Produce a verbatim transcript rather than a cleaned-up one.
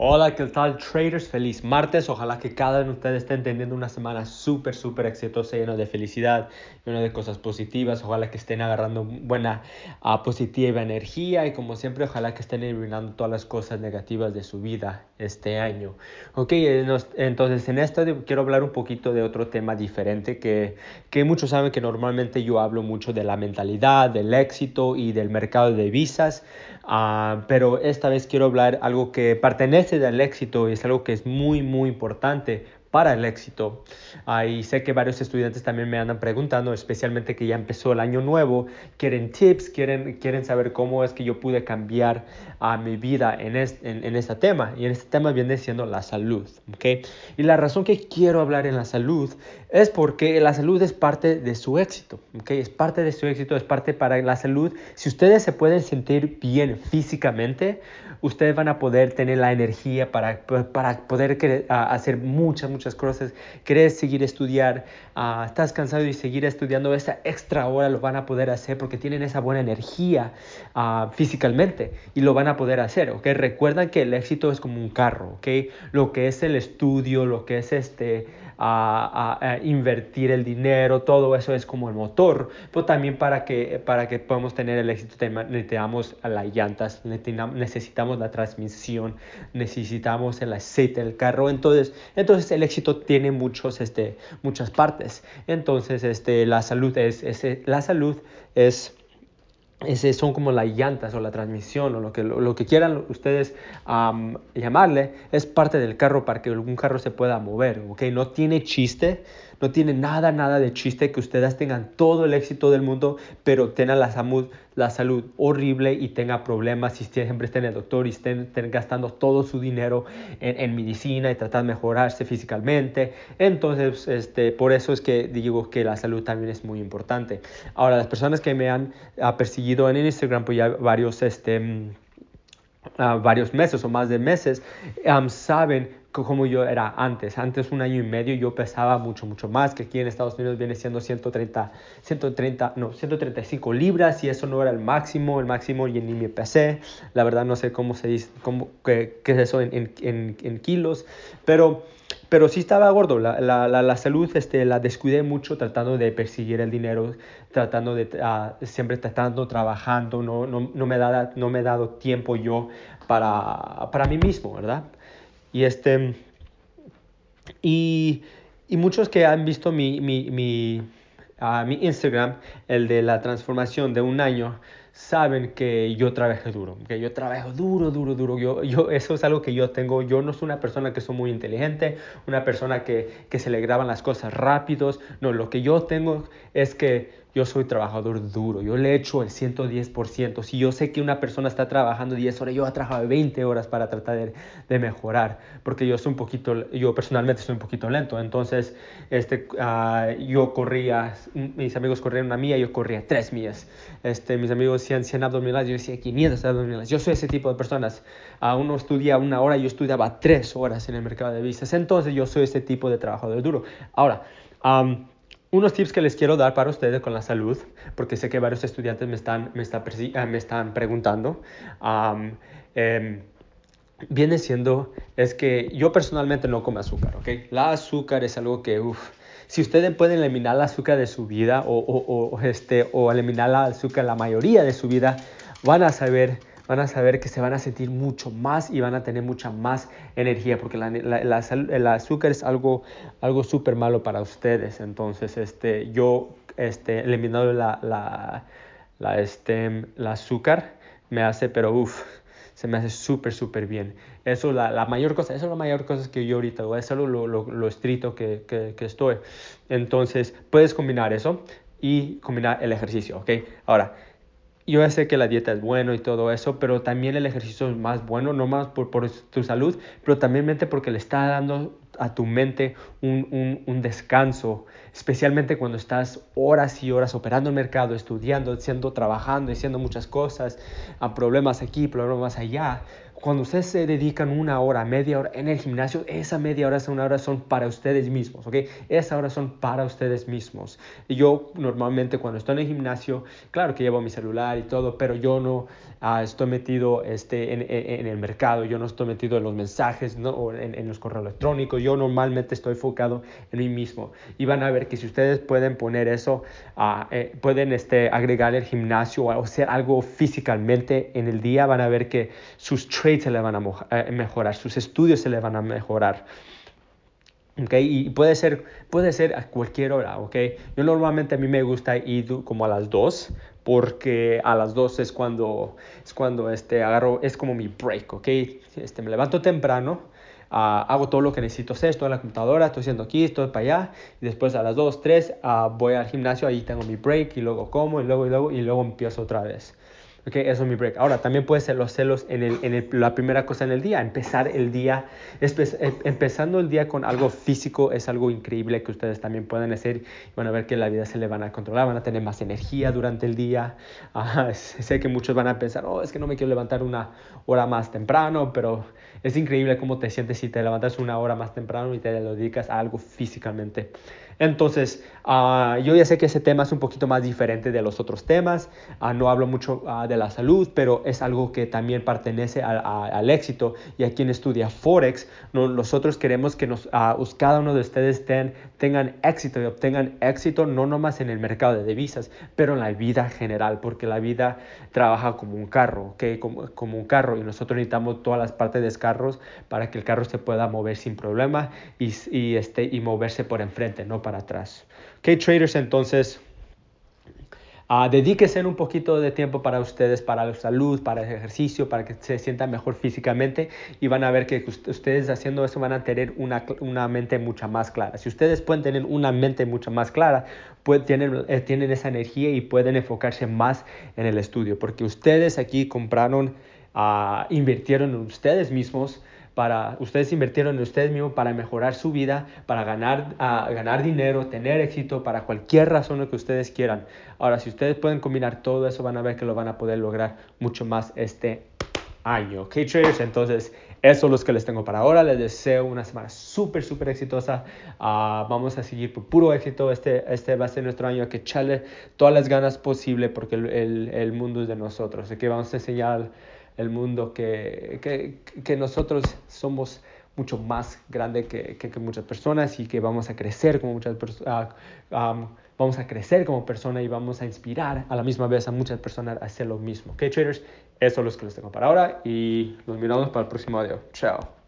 Hola, ¿qué tal traders? Feliz martes. Ojalá que cada uno de ustedes estén teniendo una semana súper, súper exitosa, llena de felicidad, llena de cosas positivas. Ojalá que estén agarrando buena, uh, positiva energía y como siempre, ojalá que estén eliminando todas las cosas negativas de su vida este año. Ok, entonces en esto quiero hablar un poquito de otro tema diferente que, que muchos saben que normalmente yo hablo mucho de la mentalidad, del éxito y del mercado de divisas. Uh, pero esta vez quiero hablar algo que pertenece del éxito y es algo que es muy muy importante para el éxito. Uh, y sé que varios estudiantes también me andan preguntando, especialmente que ya empezó el año nuevo, quieren tips, quieren, quieren saber cómo es que yo pude cambiar uh, mi vida en, este, en, en este tema. Y en este tema viene siendo la salud. ¿Okay? Y la razón que quiero hablar en la salud es porque la salud es parte de su éxito. ¿Okay? Es parte de su éxito, es parte para la salud. Si ustedes se pueden sentir bien físicamente, ustedes van a poder tener la energía para, para poder querer, uh, hacer muchas, muchas cosas. Querer seguir estudiar, uh, estás cansado y seguir estudiando, esa extra hora lo van a poder hacer porque tienen esa buena energía uh, físicamente y lo van a poder hacer. ¿Okay? Recuerdan que el éxito es como un carro. ¿Okay? Lo que es el estudio, lo que es este... A, a, a invertir el dinero, todo eso es como el motor, pero también para que, para que podamos tener el éxito necesitamos las llantas, necesitamos la transmisión, necesitamos el aceite del carro, entonces, entonces el éxito tiene muchos, este, muchas partes, entonces este, la salud es, es, la salud es Ese son como las llantas o la transmisión o lo que, lo, lo que quieran ustedes um, llamarle, es parte del carro para que algún carro se pueda mover, ¿okay? No tiene chiste, no tiene nada, nada de chiste que ustedes tengan todo el éxito del mundo, pero tengan la salud, la salud horrible y tengan problemas y siempre estén en el doctor y estén, estén gastando todo su dinero en, en medicina y tratar de mejorarse físicamente. Entonces, este, por eso es que digo que la salud también es muy importante. Ahora, las personas que me han uh, perseguido en Instagram, pues ya varios, este, uh, varios meses o más de meses, um, saben como yo era antes. Antes, un año y medio, yo pesaba mucho, mucho más, que aquí en Estados Unidos viene siendo ciento treinta, ciento treinta, no, ciento treinta y cinco libras, y eso no era el máximo, el máximo y ni me pesé. La verdad no sé cómo se dice, cómo, qué, qué es eso en, en, en, en kilos, pero... Pero sí estaba gordo, la, la, la, la salud este, la descuidé mucho tratando de perseguir el dinero, tratando de, uh, siempre tratando, trabajando, no, no, no, me da, no me he dado tiempo yo para, para mí mismo, ¿verdad? Y este, y, y muchos que han visto mi, mi, mi, uh, mi Instagram, el de la transformación de un año, saben que yo trabajé duro, que yo trabajo duro, duro, duro. Yo, yo, eso es algo que yo tengo. Yo no soy una persona que soy muy inteligente, una persona que, que se le graban las cosas rápidos. No, lo que yo tengo es que yo soy trabajador duro, yo le echo el ciento diez por ciento. Si yo sé que una persona está trabajando diez horas, yo he trabajado veinte horas para tratar de, de mejorar, porque yo soy un poquito, yo personalmente soy un poquito lento. Entonces, este, uh, yo corría, mis amigos corrían una milla, yo corría tres millas. Este, mis amigos hacían cien abdominales, yo decía quinientos abdominales. Yo soy ese tipo de personas. Uh, uno estudia una hora, yo estudiaba tres horas en el mercado de divisas. Entonces, yo soy ese tipo de trabajador duro. Ahora, um, unos tips que les quiero dar para ustedes con la salud, porque sé que varios estudiantes me están, me están, me están preguntando. Um, eh, viene siendo, es que yo personalmente no como azúcar, ¿ok? La azúcar es algo que, uff, si ustedes pueden eliminar el azúcar de su vida o, o, o, este, o eliminar el azúcar la mayoría de su vida, van a saber... van a saber que se van a sentir mucho más y van a tener mucha más energía, porque la, la, la, el azúcar es algo, algo súper malo para ustedes. Entonces, este, yo este, eliminando la, la, la, este, la azúcar me hace, pero uff, se me hace súper, súper bien. Eso es la, la mayor cosa, eso es la mayor cosa que yo ahorita hago, eso es lo, lo, lo estricto que, que, que estoy. Entonces, puedes combinar eso y combinar el ejercicio, ¿ok? Ahora, yo sé que la dieta es bueno y todo eso, pero también el ejercicio es más bueno, no más por, por tu salud, pero también porque le está dando a tu mente un, un, un descanso, especialmente cuando estás horas y horas operando el mercado, estudiando, haciendo, trabajando, haciendo muchas cosas, a problemas aquí, problemas allá. cuando ustedes se dedican una hora, media hora en el gimnasio, esa media hora, esa una hora son para ustedes mismos, ¿ok? Esa hora son para ustedes mismos. Y yo normalmente cuando estoy en el gimnasio, claro que llevo mi celular y todo, pero yo no uh, estoy metido este, en, en, en el mercado, yo no estoy metido en los mensajes, ¿no? O en, en los correos electrónicos, yo normalmente estoy enfocado en mí mismo. Y van a ver que si ustedes pueden poner eso, uh, eh, pueden este, agregar el gimnasio o hacer algo físicamente en el día, van a ver que sus trades se le van a mo- eh, mejorar, sus estudios se le van a mejorar. Okay, y puede ser, puede ser a cualquier hora, ¿ok? Yo normalmente a mí me gusta ir como a las dos, porque a las dos es cuando, es cuando este, agarro, es como mi break, ¿ok? Este, me levanto temprano, uh, hago todo lo que necesito hacer, estoy en la computadora, estoy haciendo aquí, estoy para allá, y después a las dos, tres uh, voy al gimnasio, ahí tengo mi break, y luego como, y luego, y luego, y luego empiezo otra vez. Ok, eso es mi break. Ahora, también puede ser los celos en, el, en el, la primera cosa en el día. Empezar el día, espe- empezando el día con algo físico es algo increíble que ustedes también pueden hacer. Van a ver que la vida se le van a controlar, van a tener más energía durante el día. Uh, sé que muchos van a pensar, oh, es que no me quiero levantar una hora más temprano, pero es increíble cómo te sientes si te levantas una hora más temprano y te lo dedicas a algo físicamente. Entonces, uh, yo ya sé que ese tema es un poquito más diferente de los otros temas. Uh, no hablo mucho uh, de la salud, pero es algo que también pertenece a, a, al éxito. Y a quien estudia Forex, no, nosotros queremos que nos, uh, cada uno de ustedes ten, tengan éxito y obtengan éxito no nomás en el mercado de divisas, pero en la vida general, porque la vida trabaja como un carro, ¿okay? como, como un carro, y nosotros necesitamos todas las partes de carros para que el carro se pueda mover sin problema y, y, este, y moverse por enfrente, no para atrás. Ok, traders, entonces uh, dedíquense un poquito de tiempo para ustedes, para la salud, para el ejercicio, para que se sientan mejor físicamente, y van a ver que ustedes haciendo eso van a tener una, una mente mucho más clara. Si ustedes pueden tener una mente mucho más clara, pues tienen, eh, tienen esa energía y pueden enfocarse más en el estudio, porque ustedes aquí compraron, uh, invirtieron en ustedes mismos. Para, ustedes invirtieron en ustedes mismos para mejorar su vida, para ganar, uh, ganar dinero, tener éxito, para cualquier razón que ustedes quieran. Ahora, si ustedes pueden combinar todo eso, van a ver que lo van a poder lograr mucho más este año. Ok, traders, entonces eso es lo que les tengo para ahora. Les deseo una semana súper, súper exitosa. Uh, vamos a seguir por puro éxito. Este, este va a ser nuestro año. Hay que echarle todas las ganas posible porque el, el, el mundo es de nosotros. Así que vamos a enseñar el mundo que, que, que nosotros somos mucho más grande que, que, que muchas personas, y que vamos a crecer como muchas personas, uh, um, vamos a crecer como personas y vamos a inspirar a la misma vez a muchas personas a hacer lo mismo. Ok, traders, eso es lo que les tengo para ahora y nos miramos para el próximo video. Chao.